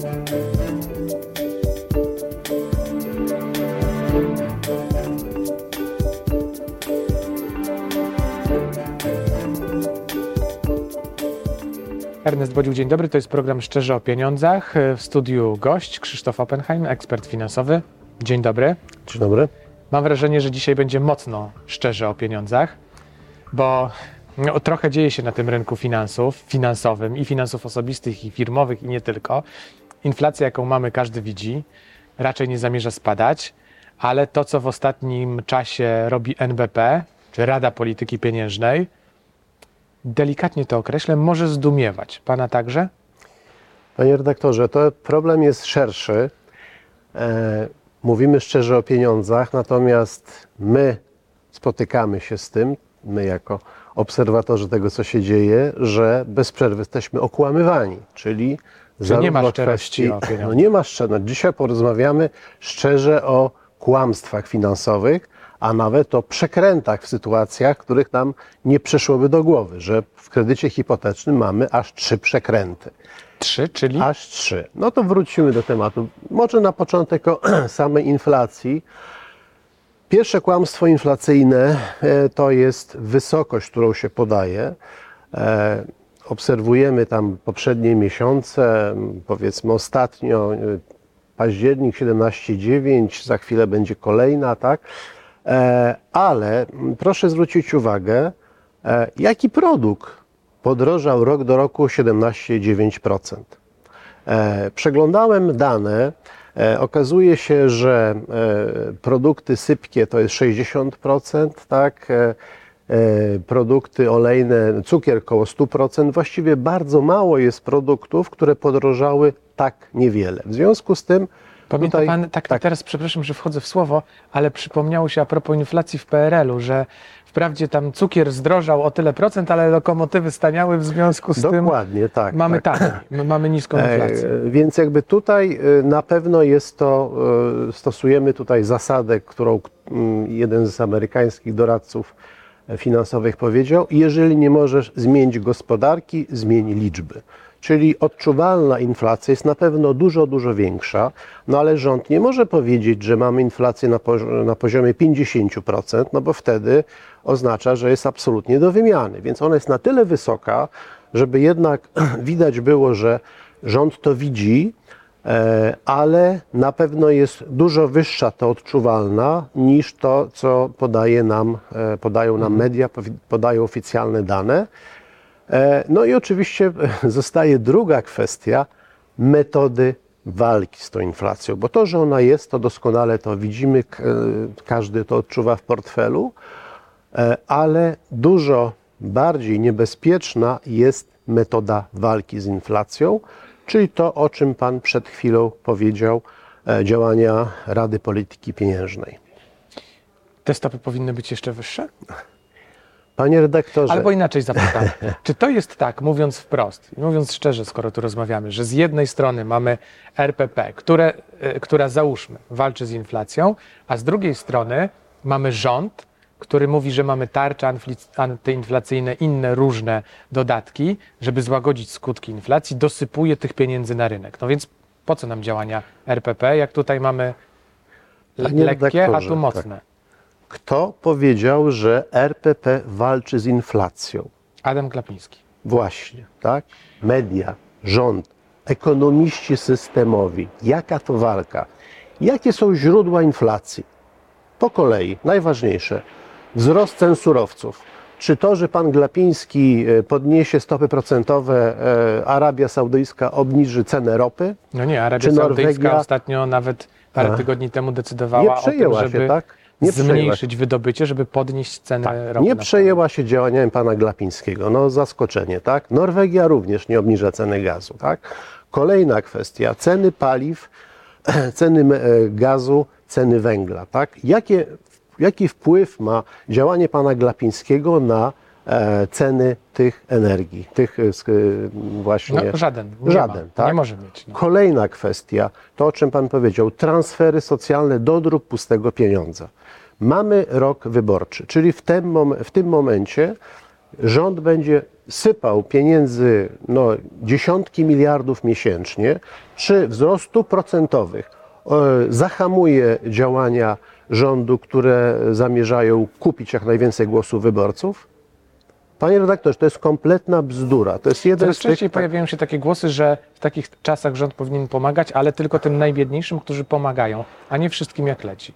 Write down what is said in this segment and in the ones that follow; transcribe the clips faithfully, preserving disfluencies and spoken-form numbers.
Ernest Bodziuk, dzień dobry. To jest program Szczerze o Pieniądzach. W studiu gość Krzysztof Oppenheim, ekspert finansowy. Dzień dobry. Dzień dobry. Mam wrażenie, że dzisiaj będzie mocno szczerze o pieniądzach, bo no, trochę dzieje się na tym rynku finansów, finansowym i finansów osobistych i firmowych i nie tylko. Inflacja, jaką mamy, każdy widzi, raczej nie zamierza spadać, ale to, co w ostatnim czasie robi N B P, czy Rada Polityki Pieniężnej, delikatnie to określę, może zdumiewać. Pana także? Panie redaktorze, to problem jest szerszy. E, mówimy szczerze o pieniądzach, natomiast my spotykamy się z tym, my jako obserwatorzy tego, co się dzieje, że bez przerwy jesteśmy okłamywani, czyli Że nie ma szczerości kwestii, o pieniądzach. no nie ma szczerości. Dzisiaj porozmawiamy szczerze o kłamstwach finansowych, a nawet o przekrętach w sytuacjach, których nam nie przyszłoby do głowy, że w kredycie hipotecznym mamy aż trzy przekręty. Trzy, czyli? Aż trzy. No to wrócimy do tematu. Może na początek o samej inflacji. Pierwsze kłamstwo inflacyjne to jest wysokość, którą się podaje. Obserwujemy tam poprzednie miesiące, powiedzmy ostatnio październik siedemnaście przecinek dziewięć, za chwilę będzie kolejna, tak? Ale proszę zwrócić uwagę, jaki produkt podrożał rok do roku siedemnaście przecinek dziewięć procent. Przeglądałem dane, okazuje się, że produkty sypkie to jest sześćdziesiąt procent, tak? Produkty olejne, cukier około sto procent. Właściwie bardzo mało jest produktów, które podrożały tak niewiele. W związku z tym Pamięta tutaj, pan, tak, tak. teraz przepraszam, że wchodzę w słowo, ale przypomniało się a propos inflacji w P R L u, że wprawdzie tam cukier zdrożał o tyle procent, ale lokomotywy staniały w związku z tym. Dokładnie, tak. Mamy tak. taniej, my mamy niską inflację. E, więc jakby tutaj na pewno jest to, stosujemy tutaj zasadę, którą jeden z amerykańskich doradców finansowych powiedział: jeżeli nie możesz zmienić gospodarki, zmień liczby. Czyli odczuwalna inflacja jest na pewno dużo, dużo większa, no ale rząd nie może powiedzieć, że mamy inflację na, pozi- na poziomie pięćdziesiąt procent, no bo wtedy oznacza, że jest absolutnie do wymiany. Więc ona jest na tyle wysoka, żeby jednak widać było, że rząd to widzi, e, ale na pewno jest dużo wyższa to odczuwalna niż to, co podaje nam, e, podają nam media, podają oficjalne dane. No i oczywiście zostaje druga kwestia, metody walki z tą inflacją, bo to, że ona jest, to doskonale to widzimy, każdy to odczuwa w portfelu, ale dużo bardziej niebezpieczna jest metoda walki z inflacją, czyli to, o czym Pan przed chwilą powiedział, działania Rady Polityki Pieniężnej. Te stopy powinny być jeszcze wyższe? Panie redaktorze... Albo inaczej zapytam, czy to jest tak, mówiąc wprost, mówiąc szczerze, skoro tu rozmawiamy, że z jednej strony mamy R P P, które, która załóżmy walczy z inflacją, a z drugiej strony mamy rząd, który mówi, że mamy tarcze antyinflacyjne, inne różne dodatki, żeby złagodzić skutki inflacji, dosypuje tych pieniędzy na rynek. No więc po co nam działania R P P, jak tutaj mamy Panie lekkie, a tu tak. mocne? Kto powiedział, że R P P walczy z inflacją? Adam Glapiński. Właśnie, tak? Media, rząd, ekonomiści systemowi. Jaka to walka? Jakie są źródła inflacji? Po kolei, najważniejsze. Wzrost cen surowców. Czy to, że pan Glapiński podniesie stopy procentowe, Arabia Saudyjska obniży cenę ropy? No nie, Arabia Czy Saudyjska Norwegia... ostatnio nawet parę A. tygodni temu decydowała Nie o tym, przejęła żeby się, tak? Nie zmniejszyć wydobycie, żeby podnieść cenę Tak, ropy. nie na przejęła się działaniami pana Glapińskiego. No zaskoczenie, tak? Norwegia również nie obniża ceny gazu, tak? Kolejna kwestia, ceny paliw, ceny gazu, ceny węgla, tak? Jakie, jaki wpływ ma działanie pana Glapińskiego na e, ceny tych energii, tych e, właśnie... No, żaden. Nie żaden, ma, tak? Nie może mieć. No. Kolejna kwestia, to o czym pan powiedział, transfery socjalne do dróg pustego pieniądza. Mamy rok wyborczy, czyli w tym, mom- w tym momencie rząd będzie sypał pieniędzy no, dziesiątki miliardów miesięcznie, czy wzrost stóp procentowych e, zahamuje działania rządu, które zamierzają kupić jak najwięcej głosów wyborców? Panie redaktorze, to jest kompletna bzdura. To jest jeden Coraz z tych... częściej pojawiają się takie głosy, że w takich czasach rząd powinien pomagać, ale tylko tym najbiedniejszym, którzy pomagają, a nie wszystkim jak leci.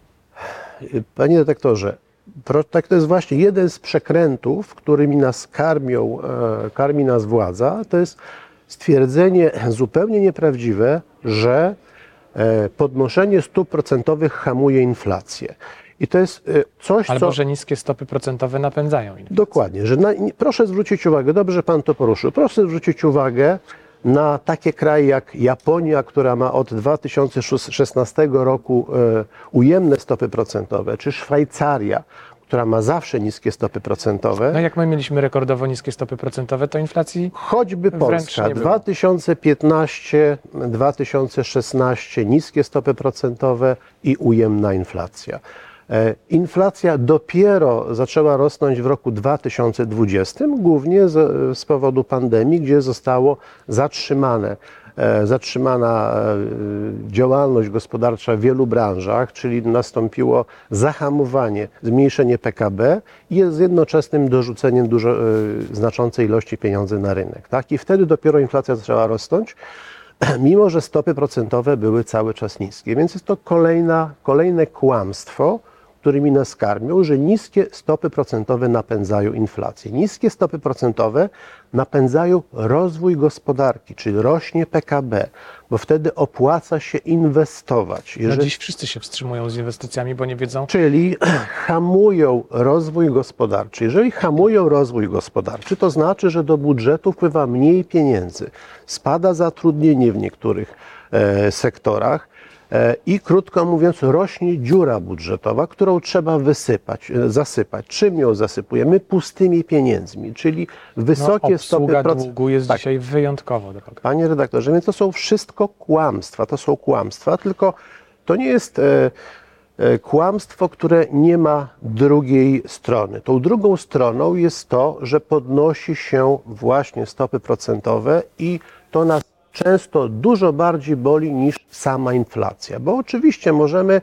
Panie redaktorze, tak to jest właśnie jeden z przekrętów, którymi nas karmią, e, karmi nas władza, to jest stwierdzenie zupełnie nieprawdziwe, że e, podnoszenie stóp procentowych hamuje inflację. I to jest e, coś, Albo, co... że niskie stopy procentowe napędzają inflację. Dokładnie, że na, proszę zwrócić uwagę, dobrze, że pan to poruszył, proszę zwrócić uwagę na takie kraje jak Japonia, która ma od dwa tysiące szesnastego roku e, ujemne stopy procentowe, czy Szwajcaria, która ma zawsze niskie stopy procentowe. No jak my mieliśmy rekordowo niskie stopy procentowe, to inflacji Choćby Polska, nie było. dwa tysiące piętnaście dwa tysiące szesnaście niskie stopy procentowe i ujemna inflacja. E, Inflacja dopiero zaczęła rosnąć w roku dwa tysiące dwudziestym, głównie z, z powodu pandemii, gdzie zostało zatrzymane, e, zatrzymana e, działalność gospodarcza w wielu branżach, czyli nastąpiło zahamowanie, zmniejszenie P K B i z jednoczesnym dorzuceniem dużo, e, znaczącej ilości pieniędzy na rynek. Tak? I wtedy dopiero inflacja zaczęła rosnąć, mimo że stopy procentowe były cały czas niskie. Więc jest to kolejna, kolejne kłamstwo, którymi nas karmią, że niskie stopy procentowe napędzają inflację. Niskie stopy procentowe napędzają rozwój gospodarki, czyli rośnie P K B, bo wtedy opłaca się inwestować. No dziś wszyscy się wstrzymują z inwestycjami, bo nie wiedzą... Czyli hamują rozwój gospodarczy. Jeżeli hamują rozwój gospodarczy, to znaczy, że do budżetu wpływa mniej pieniędzy, spada zatrudnienie w niektórych e, sektorach, i krótko mówiąc rośnie dziura budżetowa, którą trzeba wysypać, zasypać. Czym ją zasypujemy? Pustymi pieniędzmi, czyli wysokie no, stopy procentowe. Długu jest tak. dzisiaj wyjątkowo droga. Panie redaktorze, więc to są wszystko kłamstwa, to są kłamstwa, tylko to nie jest e, e, kłamstwo, które nie ma drugiej strony. Tą drugą stroną jest to, że podnosi się właśnie stopy procentowe i to nas często dużo bardziej boli niż sama inflacja. Bo oczywiście możemy,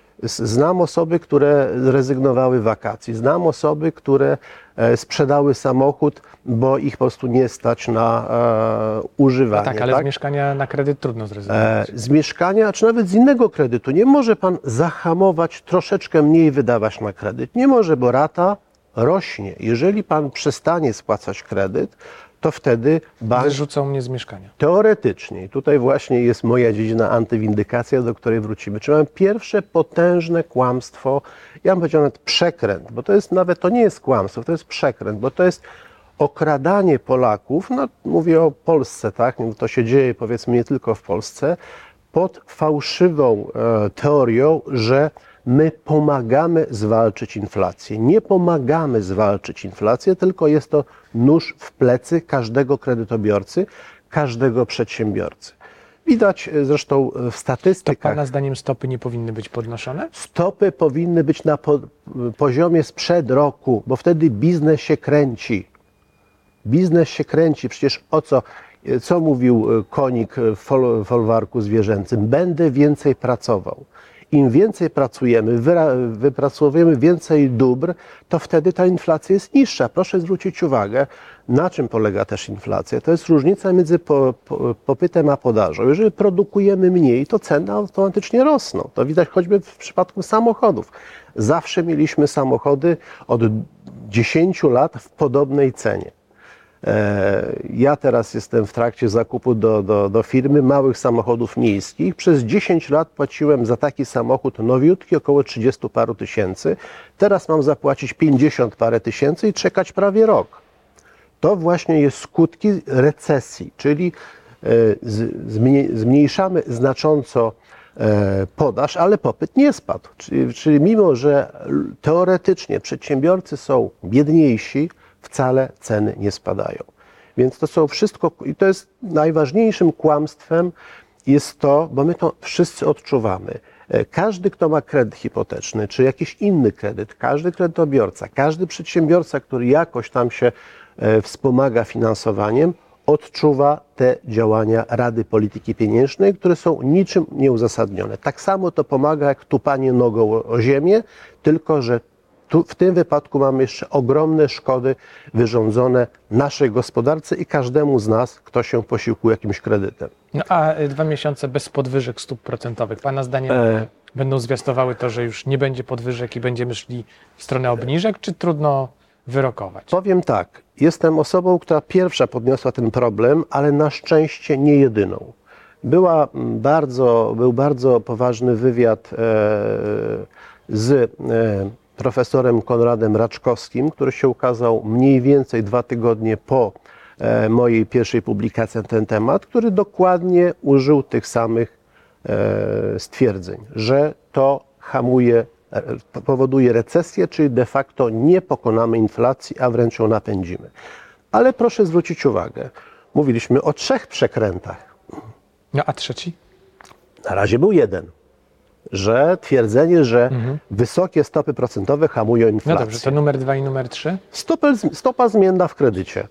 znam osoby, które zrezygnowały wakacji, znam osoby, które sprzedały samochód, bo ich po prostu nie stać na e, używanie. No tak, ale tak? z mieszkania na kredyt trudno zrezygnować. E, z mieszkania, czy nawet z innego kredytu. Nie może pan zahamować, troszeczkę mniej wydawać na kredyt. Nie może, bo rata rośnie. Jeżeli pan przestanie spłacać kredyt, to wtedy bank... Wyrzucą mnie z mieszkania. Teoretycznie, i tutaj właśnie jest moja dziedzina antywindykacja, do której wrócimy. Czy mam pierwsze potężne kłamstwo, ja bym powiedział nawet przekręt, bo to jest nawet, to nie jest kłamstwo, to jest przekręt, bo to jest okradanie Polaków, no mówię o Polsce, tak, to się dzieje powiedzmy nie tylko w Polsce, pod fałszywą e, teorią, że my pomagamy zwalczyć inflację. Nie pomagamy zwalczyć inflację, tylko jest to nóż w plecy każdego kredytobiorcy, każdego przedsiębiorcy. Widać zresztą w statystykach. To Pana zdaniem stopy nie powinny być podnoszone? Stopy powinny być na po, poziomie sprzed roku, bo wtedy biznes się kręci. Biznes się kręci. Przecież o co, co mówił konik w fol, folwarku zwierzęcym? Będę więcej pracował. Im więcej pracujemy, wypracowujemy więcej dóbr, to wtedy ta inflacja jest niższa. Proszę zwrócić uwagę, na czym polega też inflacja. To jest różnica między po, po, popytem a podażą. Jeżeli produkujemy mniej, to ceny automatycznie rosną. To widać choćby w przypadku samochodów. Zawsze mieliśmy samochody od dziesięciu lat w podobnej cenie. Ja teraz jestem w trakcie zakupu do, do, do firmy małych samochodów miejskich. Przez dziesięć lat płaciłem za taki samochód nowiutki około trzydziestu paru tysięcy. Teraz mam zapłacić pięćdziesiąt parę tysięcy i czekać prawie rok. To właśnie jest skutki recesji, czyli zmniejszamy znacząco podaż, ale popyt nie spadł. Czyli, czyli mimo, że teoretycznie przedsiębiorcy są biedniejsi, wcale ceny nie spadają. Więc to są wszystko, i to jest najważniejszym kłamstwem, jest to, bo my to wszyscy odczuwamy. Każdy, kto ma kredyt hipoteczny, czy jakiś inny kredyt, każdy kredytobiorca, każdy przedsiębiorca, który jakoś tam się e, wspomaga finansowaniem, odczuwa te działania Rady Polityki Pieniężnej, które są niczym nieuzasadnione. Tak samo to pomaga jak tupanie nogą o ziemię, tylko że tu, w tym wypadku mamy jeszcze ogromne szkody wyrządzone naszej gospodarce i każdemu z nas, kto się posiłkuje jakimś kredytem. No a dwa miesiące bez podwyżek stóp procentowych, Pana zdaniem e... będą zwiastowały to, że już nie będzie podwyżek i będziemy szli w stronę obniżek, czy trudno wyrokować? Powiem tak, jestem osobą, która pierwsza podniosła ten problem, ale na szczęście nie jedyną. Była bardzo, był bardzo poważny wywiad e, z e, profesorem Konradem Raczkowskim, który się ukazał mniej więcej dwa tygodnie po e, mojej pierwszej publikacji na ten temat, który dokładnie użył tych samych e, stwierdzeń, że to hamuje, e, powoduje recesję, czyli de facto nie pokonamy inflacji, a wręcz ją napędzimy. Ale proszę zwrócić uwagę, mówiliśmy o trzech przekrętach. No a trzeci? Na razie był jeden. Że twierdzenie, że mhm. wysokie stopy procentowe hamują inflację. No dobrze, to numer dwa i numer trzy? Stopa, stopa zmienna w kredycie.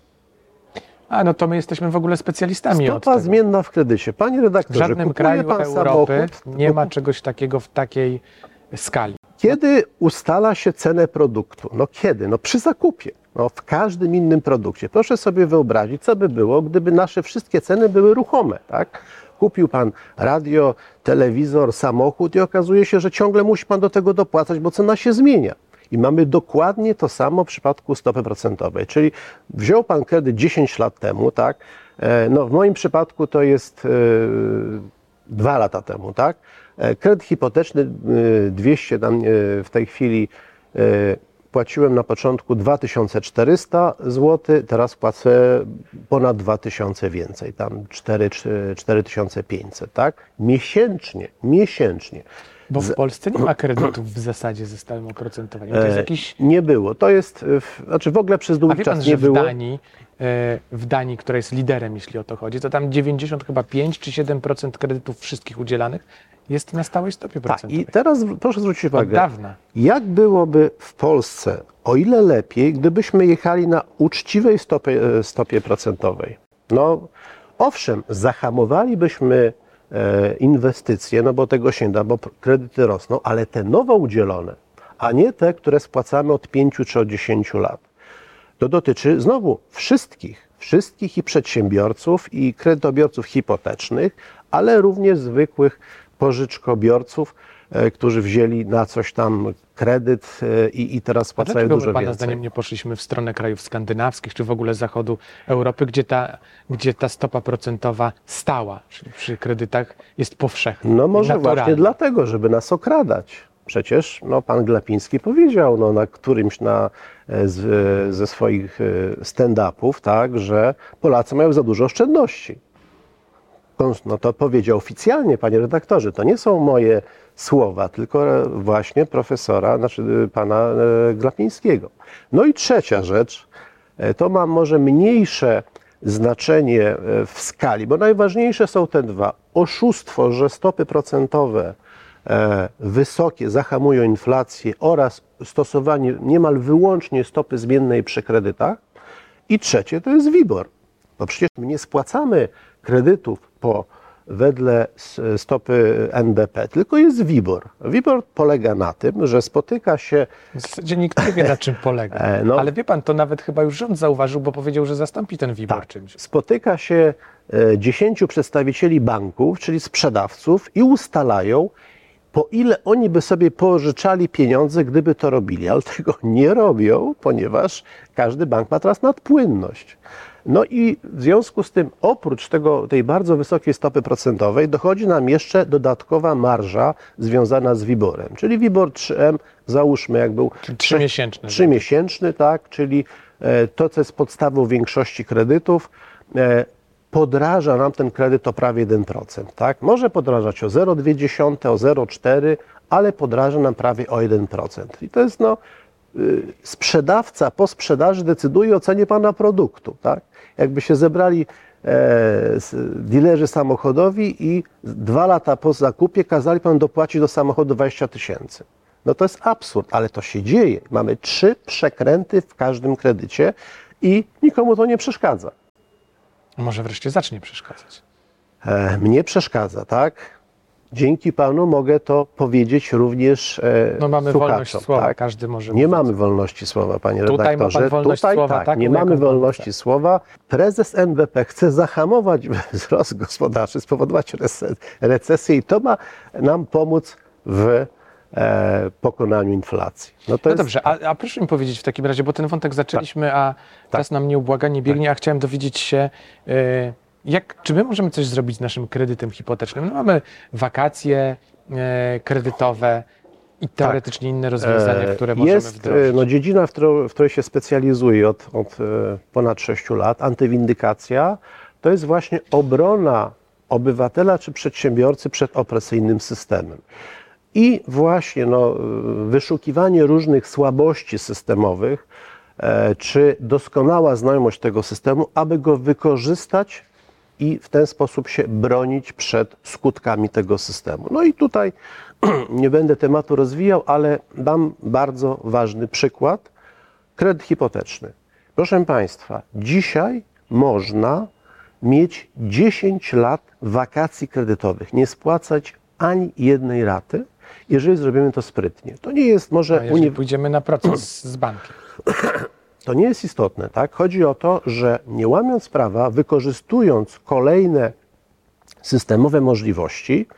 A, no to my jesteśmy w ogóle specjalistami od Stopa tego. zmienna w kredycie. Panie redaktorze, w żadnym kraju pan Europy samochód, nie ma czegoś takiego w takiej skali. Kiedy ustala się cenę produktu? No kiedy? No przy zakupie. No w każdym innym produkcie. Proszę sobie wyobrazić, co by było, gdyby nasze wszystkie ceny były ruchome, tak? Kupił pan radio, telewizor, samochód i okazuje się, że ciągle musi pan do tego dopłacać, bo cena się zmienia. I mamy dokładnie to samo w przypadku stopy procentowej. Czyli wziął pan kredyt dziesięć lat temu, tak? No w moim przypadku to jest yy, dwa lata temu, tak? Kredyt hipoteczny yy, dwieście tam yy, w tej chwili yy, płaciłem na początku dwa tysiące czterysta złotych, teraz płacę ponad dwa tysiące więcej, tam cztery tysiące pięćset, tak? Miesięcznie, miesięcznie. Bo w Polsce nie ma kredytów w zasadzie ze stałym oprocentowaniem. To jest jakiś... Nie było. To jest, znaczy w ogóle przez długi czas pan, nie w było. Danii, w Danii, która jest liderem, jeśli o to chodzi, to tam dziewięćdziesiąt chyba pięć czy siedem procent kredytów wszystkich udzielanych jest na stałej stopie procentowej. Tak, i teraz proszę zwrócić uwagę, od dawna. Jak byłoby w Polsce o ile lepiej, gdybyśmy jechali na uczciwej stopie, stopie procentowej? No owszem, zahamowalibyśmy e, inwestycje, no bo tego się da, bo kredyty rosną, ale te nowo udzielone, a nie te, które spłacamy od pięciu czy od dziesięciu lat. To dotyczy znowu wszystkich, wszystkich i przedsiębiorców, i kredytobiorców hipotecznych, ale również zwykłych pożyczkobiorców, e, którzy wzięli na coś tam kredyt e, i, i teraz spłacają dużo Pana więcej. zdaniem nie poszliśmy w stronę krajów skandynawskich, czy w ogóle zachodu Europy, gdzie ta, gdzie ta stopa procentowa stała, czyli przy kredytach jest powszechna? No może naturalna. właśnie dlatego, żeby nas okradać. Przecież no, pan Glapiński powiedział no, na którymś na, z, ze swoich stand-upów, tak, że Polacy mają za dużo oszczędności. No to powiedział oficjalnie, panie redaktorze, to nie są moje słowa, tylko właśnie profesora, znaczy pana Glapińskiego. No i trzecia rzecz, to ma może mniejsze znaczenie w skali, bo najważniejsze są te dwa. Oszustwo, że stopy procentowe wysokie zahamują inflację oraz stosowanie niemal wyłącznie stopy zmiennej przy kredytach. I trzecie to jest WIBOR. Bo przecież my nie spłacamy kredytów po wedle stopy N B P, tylko jest WIBOR. WIBOR polega na tym, że spotyka się... W zasadzie nikt nie wie, na czym polega. No, ale wie pan, to nawet chyba już rząd zauważył, bo powiedział, że zastąpi ten WIBOR tak, czymś. Spotyka się dziesięciu przedstawicieli banków, czyli sprzedawców i ustalają, po ile oni by sobie pożyczali pieniądze, gdyby to robili. Ale tego nie robią, ponieważ każdy bank ma teraz nadpłynność. No i w związku z tym, oprócz tego, tej bardzo wysokiej stopy procentowej, dochodzi nam jeszcze dodatkowa marża związana z WIBOR-em. Czyli WIBOR trzy M, załóżmy, jak był trzymiesięczny. Trzymiesięczny, tak, czyli to, co jest podstawą większości kredytów, podraża nam ten kredyt o prawie jeden procent. Tak? Może podrażać o zero przecinek dwa dziesiąte, o zero przecinek cztery, ale podraża nam prawie o jeden procent. I to jest no, sprzedawca po sprzedaży decyduje o cenie pana produktu. Tak? Jakby się zebrali e, dilerzy samochodowi i dwa lata po zakupie kazali panu dopłacić do samochodu dwadzieścia tysięcy. No to jest absurd, ale to się dzieje. Mamy trzy przekręty w każdym kredycie i nikomu to nie przeszkadza. Może wreszcie zacznie przeszkadzać. E, mnie przeszkadza, tak? Dzięki Panu mogę to powiedzieć również e, No mamy słuchaczom, wolność słowa, tak? każdy może Nie mówić. mamy wolności słowa, Panie Tutaj ma redaktorze. pan wolność Tutaj słowa, tak, taką, nie mamy jaką pan wolności chce. słowa. Prezes N B P chce zahamować wzrost gospodarczy, spowodować rece- recesję i to ma nam pomóc w e, pokonaniu inflacji. No, to No jest, dobrze, a, a proszę mi powiedzieć w takim razie, bo ten wątek zaczęliśmy, a czas nam nieubłaganie biegnie, a chciałem dowiedzieć się, y, jak, czy my możemy coś zrobić z naszym kredytem hipotecznym? No mamy wakacje y, kredytowe i teoretycznie inne rozwiązania, które możemy jest wdrożyć. no, dziedzina, w, którą, w której się specjalizuję od, od e, ponad sześciu lat, antywindykacja, to jest właśnie obrona obywatela czy przedsiębiorcy przed opresyjnym systemem. I właśnie no, wyszukiwanie różnych słabości systemowych, e, czy doskonała znajomość tego systemu, aby go wykorzystać i w ten sposób się bronić przed skutkami tego systemu. No i tutaj nie będę tematu rozwijał, ale dam bardzo ważny przykład. Kredyt hipoteczny. Proszę Państwa, dzisiaj można mieć dziesięć lat wakacji kredytowych, nie spłacać ani jednej raty, jeżeli zrobimy to sprytnie. To nie jest może... A jeżeli uni- pójdziemy na proces z bankiem. To nie jest istotne, tak? Chodzi o to, że nie łamiąc prawa, wykorzystując kolejne systemowe możliwości,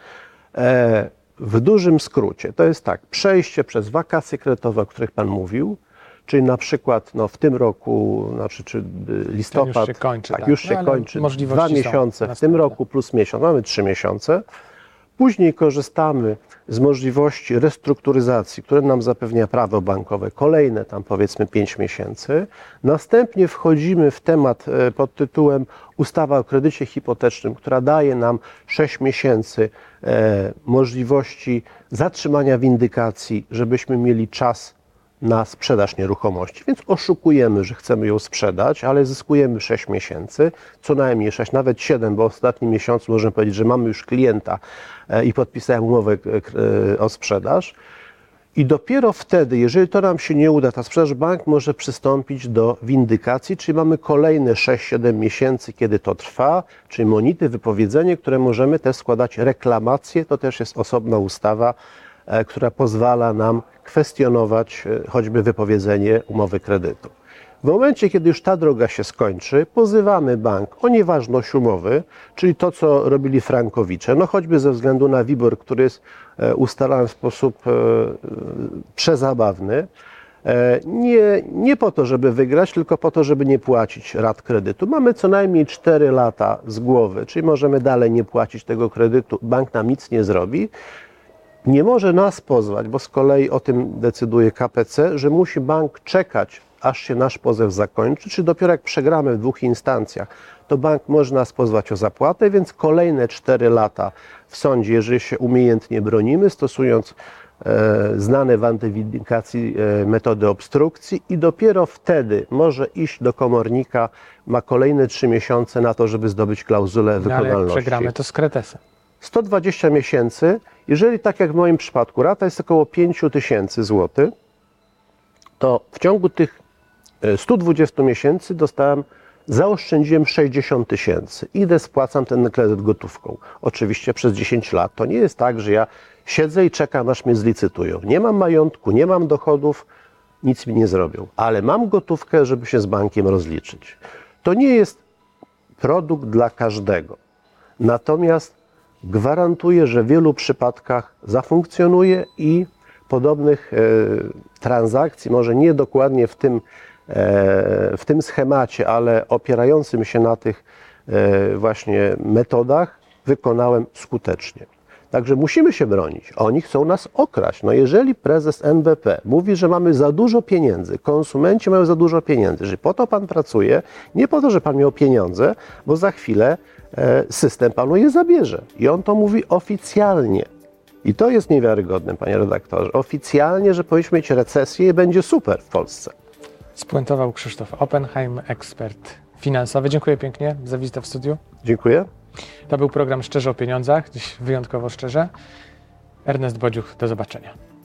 e, w dużym skrócie, to jest tak, przejście przez wakacje kredytowe, o których Pan mówił, czyli na przykład no, w tym roku, znaczy, czy listopad, Ten już się kończy, tak, tak. już No, się ale kończy, możliwości dwa są miesiące w tym następne. roku plus miesiąc, mamy trzy miesiące. Później korzystamy z możliwości restrukturyzacji, które nam zapewnia prawo bankowe, kolejne tam powiedzmy pięć miesięcy. Następnie wchodzimy w temat e, pod tytułem ustawa o kredycie hipotecznym, która daje nam sześć miesięcy e, możliwości zatrzymania windykacji, żebyśmy mieli czas na sprzedaż nieruchomości, więc oszukujemy, że chcemy ją sprzedać, ale zyskujemy sześć miesięcy, co najmniej sześć, nawet siedem, bo w ostatnim miesiącu możemy powiedzieć, że mamy już klienta e, i podpisałem umowę e, o sprzedaż. I dopiero wtedy, jeżeli to nam się nie uda, ta sprzedaż, bank może przystąpić do windykacji, czyli mamy kolejne sześć siedem miesięcy, kiedy to trwa, czyli monity, wypowiedzenie, które możemy też składać reklamacje, to też jest osobna ustawa, e, która pozwala nam kwestionować e, choćby wypowiedzenie umowy kredytu. W momencie, kiedy już ta droga się skończy, pozywamy bank o nieważność umowy, czyli to, co robili frankowicze, no choćby ze względu na WIBOR, który jest e, ustalany w sposób e, przezabawny, e, nie, nie po to, żeby wygrać, tylko po to, żeby nie płacić rat kredytu. Mamy co najmniej cztery lata z głowy, czyli możemy dalej nie płacić tego kredytu, bank nam nic nie zrobi. Nie może nas pozwać, bo z kolei o tym decyduje K P C, że musi bank czekać, aż się nasz pozew zakończy, czy dopiero jak przegramy w dwóch instancjach, to bank może nas pozwać o zapłatę, więc kolejne cztery lata w sądzie, jeżeli się umiejętnie bronimy, stosując e, znane w antywindykacji e, metody obstrukcji i dopiero wtedy może iść do komornika, ma kolejne trzy miesiące na to, żeby zdobyć klauzulę No, ale jak wykonalności. przegramy, to z kretesem. sto dwadzieścia miesięcy, jeżeli tak jak w moim przypadku rata jest około pięć tysięcy złotych, to w ciągu tych stu dwudziestu miesięcy dostałem, zaoszczędziłem sześćdziesiąt tysięcy. Idę, spłacam ten kredyt gotówką. Oczywiście przez dziesięć lat. To nie jest tak, że ja siedzę i czekam, aż mnie zlicytują. Nie mam majątku, nie mam dochodów, nic mi nie zrobią. Ale mam gotówkę, żeby się z bankiem rozliczyć. To nie jest produkt dla każdego. Natomiast gwarantuję, że w wielu przypadkach zafunkcjonuje i podobnych e, transakcji, może nie dokładnie w tym, e, w tym schemacie, ale opierającym się na tych e, właśnie metodach, wykonałem skutecznie. Także musimy się bronić. Oni chcą nas okraść. No jeżeli prezes N B P mówi, że mamy za dużo pieniędzy, konsumenci mają za dużo pieniędzy, że po to pan pracuje, nie po to, że pan miał pieniądze, bo za chwilę e, system panu je zabierze. I on to mówi oficjalnie. I to jest niewiarygodne, panie redaktorze. Oficjalnie, że powinniśmy mieć recesję i będzie super w Polsce. Spuentował Krzysztof Oppenheim, ekspert finansowy. Dziękuję pięknie za wizytę w studiu. Dziękuję. To był program Szczerze o Pieniądzach, dziś wyjątkowo szczerze. Ernest Bodziuch, do zobaczenia.